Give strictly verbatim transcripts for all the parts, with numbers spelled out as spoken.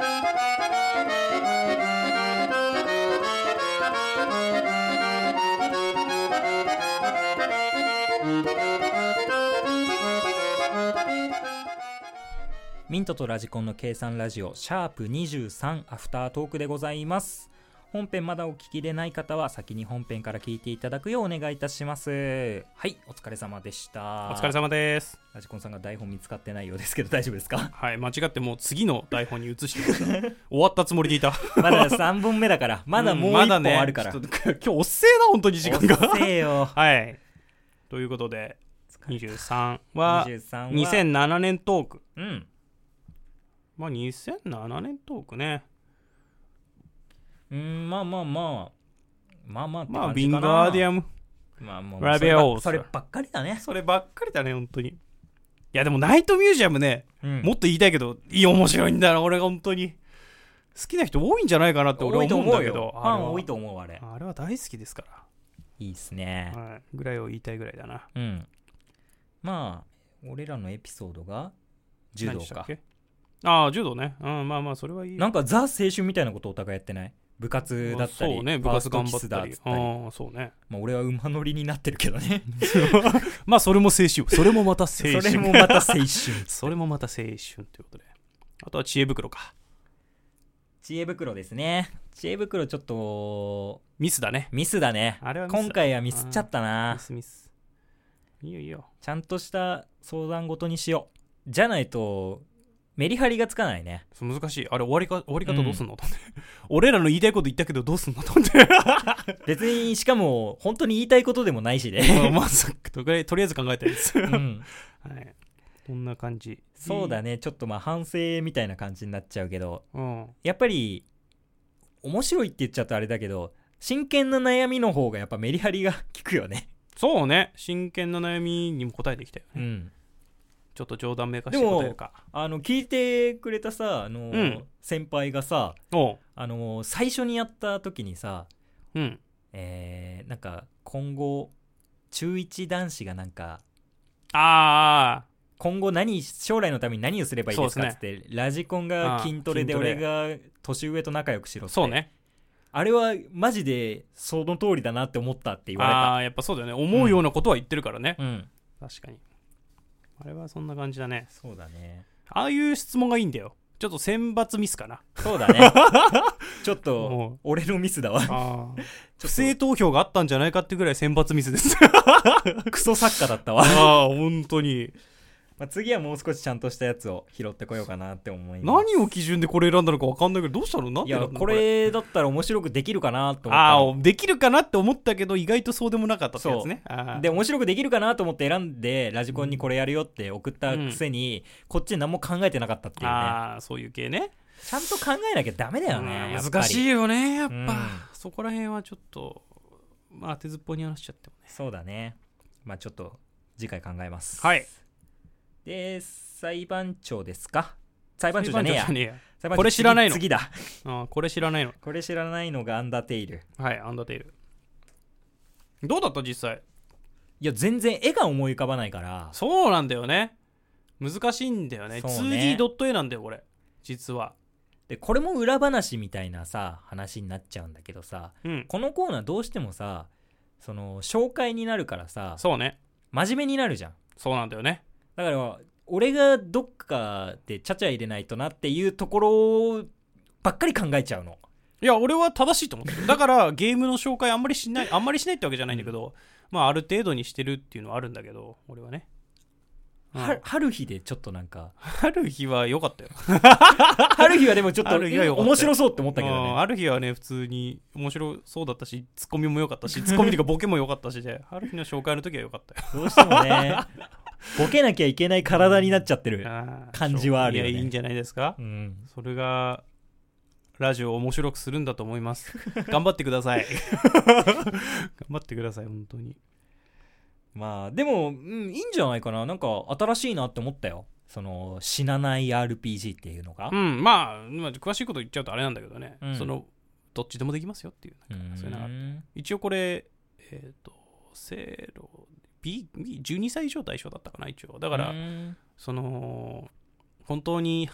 ミントとラジコンの計算ラジオシャープにじゅうさんアフタートークでございます。本編まだお聞きでない方は先に本編から聞いていただくようお願いいたします。はい、お疲れ様でした。 お疲れ様です。 ラジコンさんが台本見つかってないようですけど大丈夫ですか？ はい、間違ってもう次の台本に移してました終わったつもりでいたまださんぼんめだからまだもういっぽんあるから、 うんまだね、今日おっせえな本当に時間がおっせえよはいということでにじゅうさんはにせんななねんトーク。 うんまあにせんななねんトークね。 うーんまあまあまあまあまあってまあ感じかな。 ビンガーディアムまあもうラビアオースそればそればっかりだね。 そればっかりだね本当に。いやでもナイトミュージアムね、 うん、 もっと言いたいけどいい面白いんだよな俺が本当に。好きな人多いんじゃないかなって俺は思うんだけど、 ファン多いと思う。あれあれは大好きですから。 いいっすね、 はい、ぐらいを言いたいぐらいだな。 うんまあ俺らのエピソードが柔道か。 ああ柔道ね、うん、まあまあそれはいい。 なんかザ青春みたいなことをお互いやってない？部活だったり、 そうね、部活頑張ったり、 ああそうね。 まあ俺は馬乗りになってるけどねまあそれも青春、それもまた青春、 それもまた青春それもまた青春ということで、あとは知恵袋か。 知恵袋ですね。知恵袋ちょっとミスだね。 ミスだね。 あれはミスだ。 今回はミスっちゃったな。 ミスミス。いいよいいよ。 ちゃんとした相談ごとにしよう。じゃないとメリハリがつかないね。 難しい。あれ終わりか終わり方どうすんの、うん、と思って。俺らの言いたいこと言ったけどどうすんのと思って。 別にしかも本当に言いたいことでもないしね。 まあ、とりあえず考えたいです。うん。はい。こんな感じ。 そうだね。ちょっとまあ反省みたいな感じになっちゃうけど、 うん、 やっぱり面白いって言っちゃうとあれだけど、真剣な悩みの方がやっぱメリハリが効くよね。 そうね。真剣な悩みにも答えてきたよね。 うん。 ちょっと冗談めかして答えるか。 あの聞いてくれたさ、あの、うん、先輩がさ、あの最初にやった時にさ、 うん、 えー、なんか今後中いち男子がなんかあー今後何将来のために何をすればいいですかっつって、ね、ラジコンが筋トレで俺が年上と仲良くしろって。 そうね。 あれはマジでその通りだなって思ったって言われた。 ああやっぱそうだよね。思うようなことは言ってるからね。 うん、 確かに。あれはそんな感じだね。 そうだね。 ああいう質問がいいんだよ。ちょっと選抜ミスかな。 そうだね。ちょっと俺のミスだわ。 あ不正投票があったんじゃないかってぐらい選抜ミスです。 クソ作家だったわ。 ああ本当に。 まあ、次はもう少しちゃんとしたやつを拾ってこようかなって思います。 何を基準でこれ選んだのか分かんないけどどうしたの？なんで選んだの？ いやこれだったら面白くできるかなと思った。 ああできるかなって思ったけど意外とそうでもなかったってやつね。 あで面白くできるかなと思って選んでラジコンにこれやるよって送ったくせに、うん、こっち何も考えてなかったっていうね。 ああそういう系ね。 ちゃんと考えなきゃダメだよね。 難しいよねやっぱ、うん、そこら辺はちょっとまあ当てずっぽうに話しちゃってもね。 そうだね。まあちょっと次回考えます。 はい。 で裁判長ですか？裁判長じゃねえや。 えやこれ知らないの。 次だ。 あこれ知らないの。 これ知らないのがアンダーテイル。 はいアンダーテイル。どうだった実際？ いや全然絵が思い浮かばないから。 そうなんだよね。難しいんだよね。 ねツーディー ドット絵なんだよこれ実は。 でこれも裏話みたいなさ話になっちゃうんだけどさ、 うん、 このコーナーどうしてもさその紹介になるからさ。 そうね。 真面目になるじゃん。 そうなんだよね。 だから俺がどっかでちゃちゃ入れないとなっていうところばっかり考えちゃうの。 いや俺は正しいと思ってる。だからゲームの紹介あんまりしないあんまりしないってわけじゃないんだけど、うん、まあある程度にしてるっていうのはあるんだけど俺はね、 うん、は春日でちょっとなんか春日は良かったよ。 春日はでもちょっと面白そうって思ったけどね。 春日はね普通に面白そうだったしツッコミも良かったしツッコミというかボケも良かったしで春日の紹介の時は良かったよ。 どうしてもねボケなきゃいけない体になっちゃってる感じはあるよね。 いやいいんじゃないですか、 うん、 それがラジオを面白くするんだと思います。頑張ってください。頑張ってください本当に。 まあでも、うん、いいんじゃないかな。なんか新しいなって思ったよ。その死なない アールピージー っていうのが、 うん、まあ、まあ詳しいこと言っちゃうとあれなんだけどね、 うん、 そのどっちでもできますよっていうなんかそういうのがある。一応これえっ、ー、とセロ B じゅうにさい以上対象だったかな一応。だからその本当に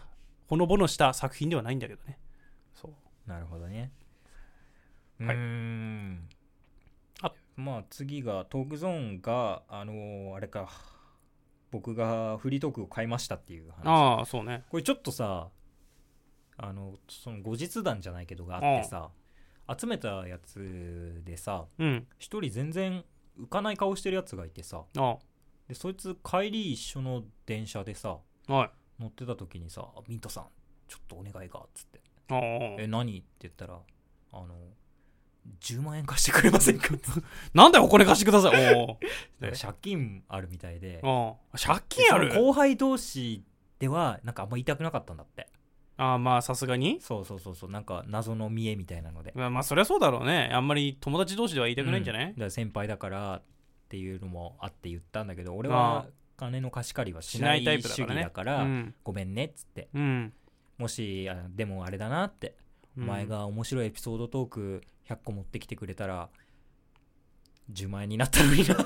ほのぼのした作品ではないんだけどね。そうなるほどね。 はいうーんあまあ次がトークゾーンがあのーあれか僕がフリートークを買いましたっていう話。 ああそうね。 これちょっとさあのその後日談じゃないけどがあってさ集めたやつでさうん一人全然浮かない顔してるやつがいてさあでそいつ帰り一緒の電車でさあはい乗ってた時にさミントさんちょっとお願いがっつってああえ何って言ったらあのじゅうまん円貸してくれませんかなんだよお金貸してください。おおなんか借金あるみたいでああ借金あるでその後輩同士ではなんかあんま言いたくなかったんだって。 ああまあさすがにそうそうそうそうなんか謎の見栄みたいなのでまあまあそりゃそうだろうね。あんまり友達同士では言いたくないんじゃない、 うんだから先輩だからっていうのもあって言ったんだけど俺あはあ金の貸し借りはしないしないタイプだ主からね義だからうんごめんねっつってうんもしあでもあれだなってうんお前が面白いエピソードトークひゃっこ持ってきてくれたらじゅうまん円になったのになって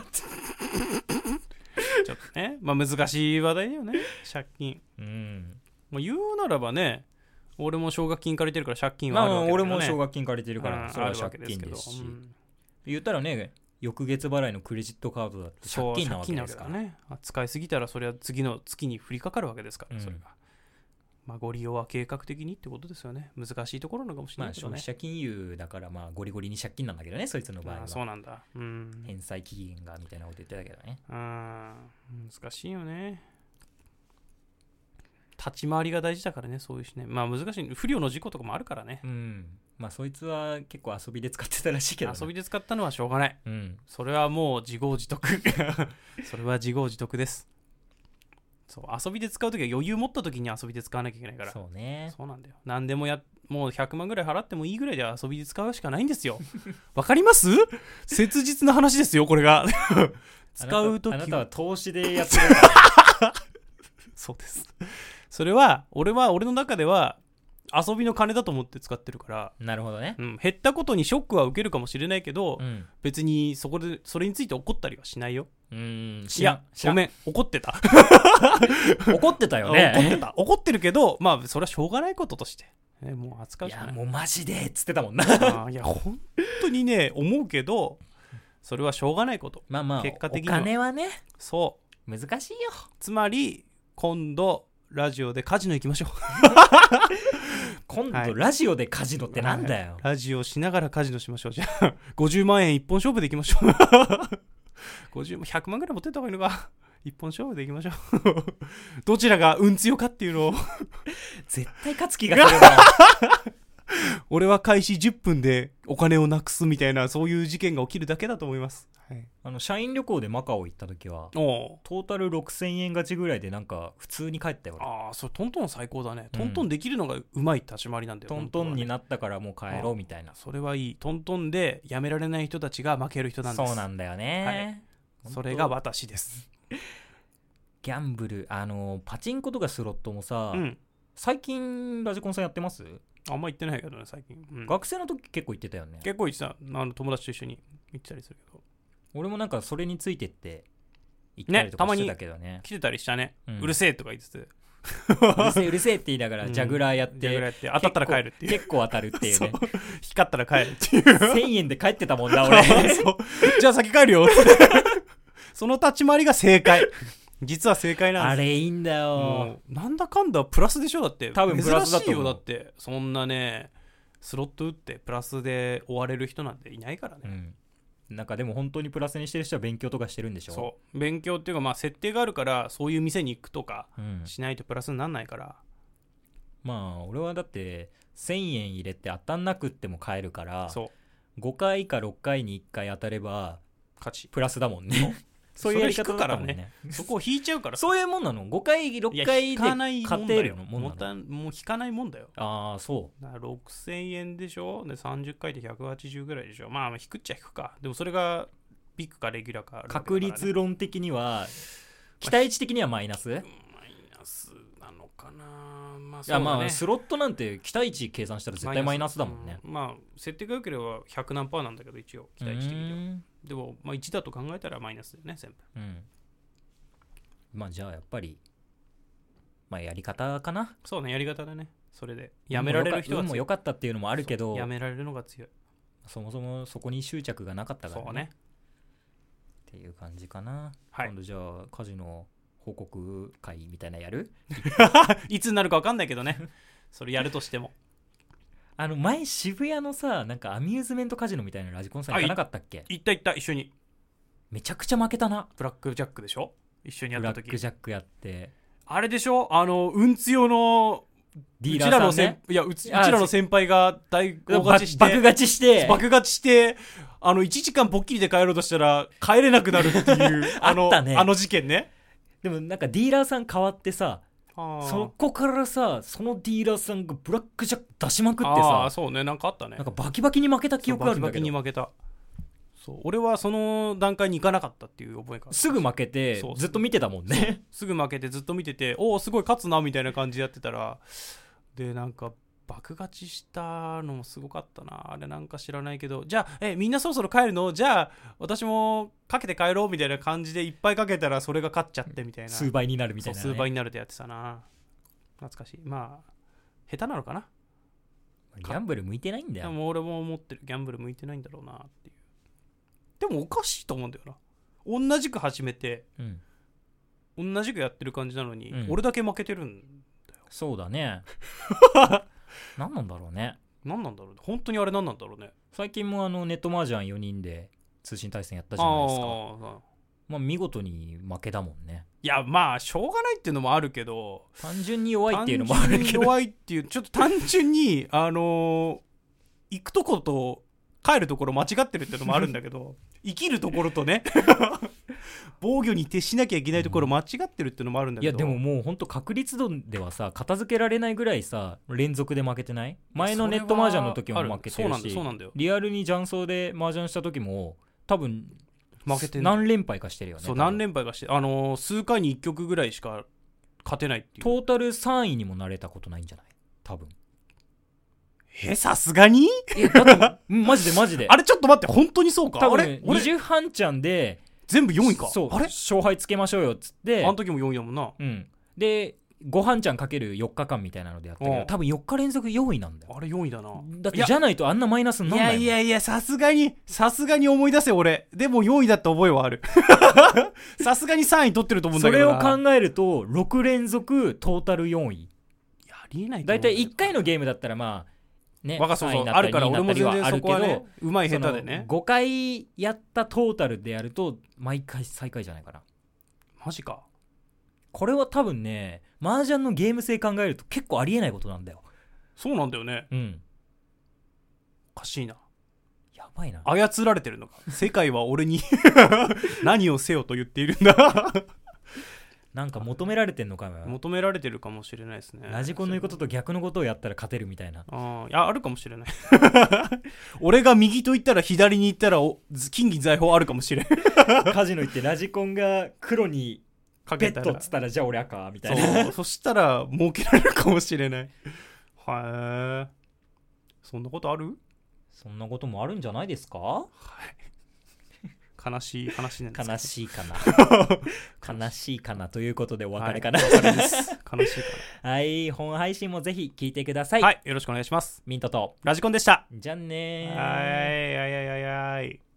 ちょっとねまあ難しい話題だよね借金。 うんまあ、言うならばね俺も奨学金借りてるから借金はまああるわけだけど、ね、 俺も奨学金借りてるかうんらそれはあるわけ借金けどですしうん言ったらね翌月払いのクレジットカードだってそう借金なわけですから借金なわけだね。使いすぎたらそれは次の月に降りかかるわけですから、 うんそれがまあご利用は計画的にってことですよね。難しいところなのかもしれまあないけどね、 消費者金融だからまあゴリゴリに借金なんだけどねそいつの場合はああそうなんだ。うん返済期限がみたいなこと言ってたけどねあ難しいよね。立ち回りが大事だからねそういうしね。まあ難しい不慮の事故とかもあるからね。 うんまあそいつは結構遊びで使ってたらしいけどね遊びで使ったのはしょうがない。 うんそれはもう自業自得それは自業自得です。そう遊びで使うときは余裕持ったときに遊びで使わなきゃいけないから。 そうねそうなんだよ。何でもやもうひゃくまんぐらい払ってもいいぐらいで遊びで使うしかないんですよ。わかります？切実な話ですよこれが使うときあなたは投資でやってるからそうです。それは俺は俺の中では遊びの金だと思って使ってるから、 なるほどねうん、減ったことにショックは受けるかもしれないけど、 うん別にそこでそれについて怒ったりはしないよ。 うーんいやごめん怒ってた怒ってたよね怒ってた怒ってるけどまあそれはしょうがないこととして、ね、もう扱ういしかない。 やもうマジでっつってたもんなあーいや本当にね思うけどそれはしょうがないこと。 まあまあ結果的におは金はねそう難しいよつまり今度ラジオでカジノ行きましょう今はい度ラジオでカジノってなんだよ、 ラジオしながらカジノしましょう。じゃあごじゅうまん円一本勝負でいきましょうごじゅうひゃくまんぐらい持ってった方がいいのか一本勝負でいきましょうどちらが運強かっていうのを絶対勝つ気がするな俺は開始じゅっぷんでお金をなくすみたいなそういう事件が起きるだけだと思います、はい、 あの社員旅行でマカオ行った時はおトータルろくせんえん勝ちぐらいでなんか普通に帰ったよ俺ああそれトントン最高だね。 うんトントンできるのがうまい立ち回りなんだよ。 トントンにななったからもう帰ろうみたいなそれはいい。トントンでやめられない人たちが負ける人なんです。 そうなんだよね、 はい、それが私ですギャンブルあのパチンコとかスロットもさ、 うん最近ラジコンさんやってます？ あんま行ってないけどね最近、うん、 学生の時結構行ってたよね。 結構行ってた。あの友達と一緒に行ってたりするけど俺もなんかそれについてって行ったりとかしてたけどね来てたりしたね、 うんうるせえとか言っててうるせえうるせえって言いながらうんジャグラーやって、 ジャグラーやって当たったら帰るっていう結構当たるっていうね光ったら帰るっていうせんえんで帰ってたもんな俺そうじゃあ先帰るよってその立ち回りが正解。実は正解なんです。 あれいいんだよもうなんだかんだプラスでしょ。だって多分プラスだと思う珍しいよ。だってそんなねスロット打ってプラスで終われる人なんていないからね、 うん、なんかでも本当にプラスにしてる人は勉強とかしてるんでしょ。 そう勉強っていうかまあ設定があるからそういう店に行くとかうん、 しないとプラスにならないから、 まあ俺はだってせんえん入れて当たんなくっても買えるからそうごかいかろっかいにいっかい当たれば勝ち。 プラスだもんねそういうやり方だったもんね。 それ引くからねそこを引いちゃうからそういうもんなの？ごかいろっいやかいで引かないも勝んだよ。 てるのもんなの？ もたもう引かないもんだよ。 ああそだからろくせんえんでしょ。でさんじゅっかいでひゃくはちじゅうぐらいでしょ。まあ引くっちゃ引くか。でもそれがビッグかレギュラーかあるう。 わけだからね、 確率論的には期待値的にはマイナス？ マイナスなのかな。まあいそうだね。 やまあスロットなんて期待値計算したら絶対マイナスだもんね。 うんまあ設定が良ければひゃくなんパーなんだけど一応期待値的には。 うんでもまあいちだと考えたらマイナスだよね全部。 うんまあじゃあやっぱりまあやり方かな。 そうね、やり方だね。それでやめられる人が運も良かったっていうのもあるけど、 やめられるのが強い。 そもそもそこに執着がなかったからね。 そうねっていう感じかな。 はい、 今度じゃあカジノ報告会みたいなやるいつになるか分かんないけどねそれやるとしてもあの前渋谷のさ、なんかアミューズメントカジノみたいなラジコンさん行かなかったっけ？ 行った行った、一緒に。 めちゃくちゃ負けたな。 ブラックジャックでしょ、一緒にやった時。 ブラックジャックやってあれでしょ、あの運強のディーラーさんね、 うちらの先いやうちうちらの先輩が大大勝ちして爆勝ちして爆勝ちしてあのいちじかんぽっきりで帰ろうとしたら帰れなくなるっていうあのあったねあの事件ね。 でもなんかディーラーさん変わってさ、 あそこからさ、そのディーラーさんがブラックジャック出しまくってさ、 あそうね、なんかあったね。 なんかバキバキに負けた記憶あるんだけど、 バキバキに負けた。そう俺はその段階に行かなかったっていう覚えが。 すぐ負けてそうずっと見てたもんね。 すぐ負けてずっと見てて、おおすごい勝つなみたいな感じでやってたら、でなんか爆勝ちしたのもすごかったな。あれなんか知らないけど、じゃあえみんなそろそろ帰るの、じゃあ私もかけて帰ろうみたいな感じでいっぱいかけたらそれが勝っちゃってみたいな、 数倍になるみたいな、ね、 そう数倍になるってやってたな。懐かしい。まあ下手なのかな。 ギャンブル向いてないんだよ。 でも俺も思ってる、ギャンブル向いてないんだろうなっていう。でもおかしいと思うんだよな。同じく始めて、うん、同じくやってる感じなのに、うん、俺だけ負けてるんだよ。 そうだね何なんだろうね。 何なんだろうね。本当にあれ何なんだろうね。 最近もあのネットマージャンよにんで通信対戦やったじゃないですか。あまあ見事に負けだもんね。 いやまあしょうがないっていうのもあるけど、 単純に弱いっていうのもあるけど、単純に弱いっていうちょっと単純にあのー、行くとこと帰るところ間違ってるってのもあるんだけど生きるところとね防御に徹しなきゃいけないところ間違ってるってのもあるんだけど、 いやでももうほんと確率度ではさ片付けられないぐらいさ連続で負けてない？前のネット麻雀の時も負けてるし、 そうなんだよ。 リアルに雀荘で麻雀した時も多分負けて何連敗かしてるよね。 そう何連敗かして、あのー、数回にいっ局ぐらいしか勝てないっていう。 トータルさんいにもなれたことないんじゃない？多分。 えさすがに？ えだってマジでマジであれちょっと待って、本当にそうか？ 多分あれにじゅう半チャンで全部よんいか。 そうあれ勝敗つけましょうよっつって、 あの時もよんいだもんな。 うんでご半チャンかけるよっかかんみたいなのでやったけど、多分よっか連続よんいなんだよ。 あれよんいだな。 だってじゃないとあんなマイナスになんないもん。 いやいやいや、さすがにさすがに思い出せ俺。でもよんいだった覚えはあるさすがにさんい取ってると思うんだけどな。 それを考えるとろく連続トータルよんい。 いやありえないとだいた思う。 いいっかいのゲームだったらまあね、 わかそうそうあるから俺も全然そこはねうまい下手でね。 ごかいやったトータルでやると毎回最下位じゃないかな。 マジか。 これは多分ね麻雀のゲーム性考えると結構ありえないことなんだよ。 そうなんだよね。 うんおかしいな。 やばいな。 操られてるのか世界は俺に何をせよと言っているんだなんか求められてんのかな。 求められてるかもしれないですね。 ラジコンの言うことと逆のことをやったら勝てるみたいな。 あいやあるかもしれない俺が右と言ったら左に行ったら金銀財宝あるかもしれんカジノ行ってラジコンが黒にかけたらペットっつったらじゃあ俺赤みたいな。 そ, そしたら儲けられるかもしれない。はえそんなことある？ そんなこともあるんじゃないですか。 はい悲しい話なんです悲しいかな悲しいかなということでお別れかな、 はい、お別れです悲しいかなはい本配信もぜひ聞いてください。 はいよろしくお願いします。 ミントとラジコンでした。 じゃあねー。 はいはいはいはいはい